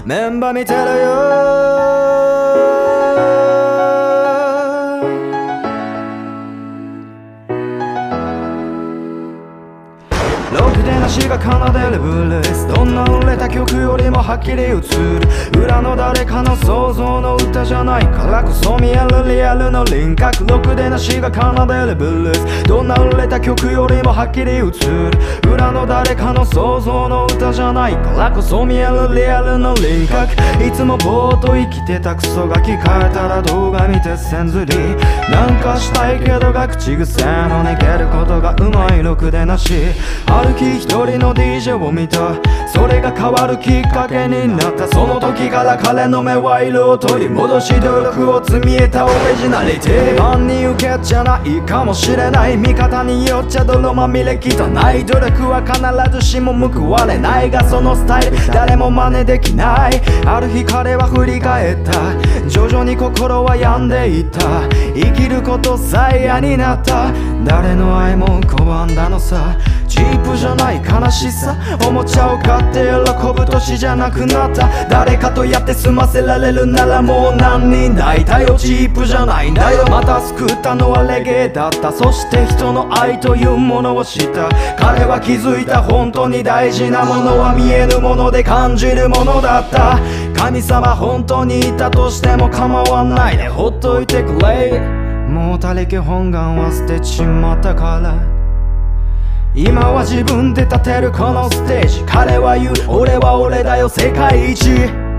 メンバー見てるよ。ろくでなしが奏でるブルース、どんな売れた曲よりもはっきり映る裏の誰かの想像の歌じゃないからこそ見えるリアルの輪郭。ろくでなしが奏でるブルース、どんな売れた曲よりもはっきり映る裏の誰かの想像の歌じゃないからこそ見えるリアルの輪郭。いつもぼーっと生きてたクソガキ変えたら動画見て線ずりなんかしたいけどが口癖の逃げることがうまいろくでなし。ある日一人の DJ を見た、それが変わるきっかけになった。その時から彼の目は色を取り戻し努力を積み得たオリジナリティ。万人受けじゃないかもしれない、見方によっちゃ泥まみれ汚い。努力は必ずしも報われないがそのスタイル誰も真似できない。ある日彼は振り返った、徐々に心は病んでいった。生きることさえ嫌になった、誰の愛も拒んだのさ。ジープじゃない悲しさ、おもちゃを買って喜ぶ年じゃなくなった。誰かとやって済ませられるならもう何人抱いたよ。ジープじゃないんだよ。また救ったのはレゲエだった。そして人の愛というものを知った。彼は気づいた、本当に大事なものは見えぬもので感じるものだった。神様本当にいたとしても構わないでほっといてくれ。もう他力本願は捨てちまったから、今は自分で立てるこのステージ。彼は言う、俺は俺だよ世界一。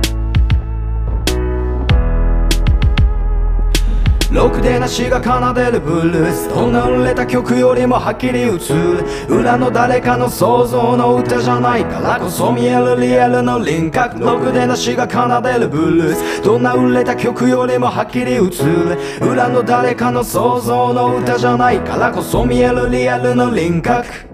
ろくでなしが奏でるブルース、どんな売れた曲よりもはっきり映る裏の誰かの想像の歌じゃないからこそ見えるリアルの輪郭。ろくでなしが奏でるブルース、どんな売れた曲よりもはっきり映る裏の誰かの想像の歌じゃないからこそ見えるリアルの輪郭。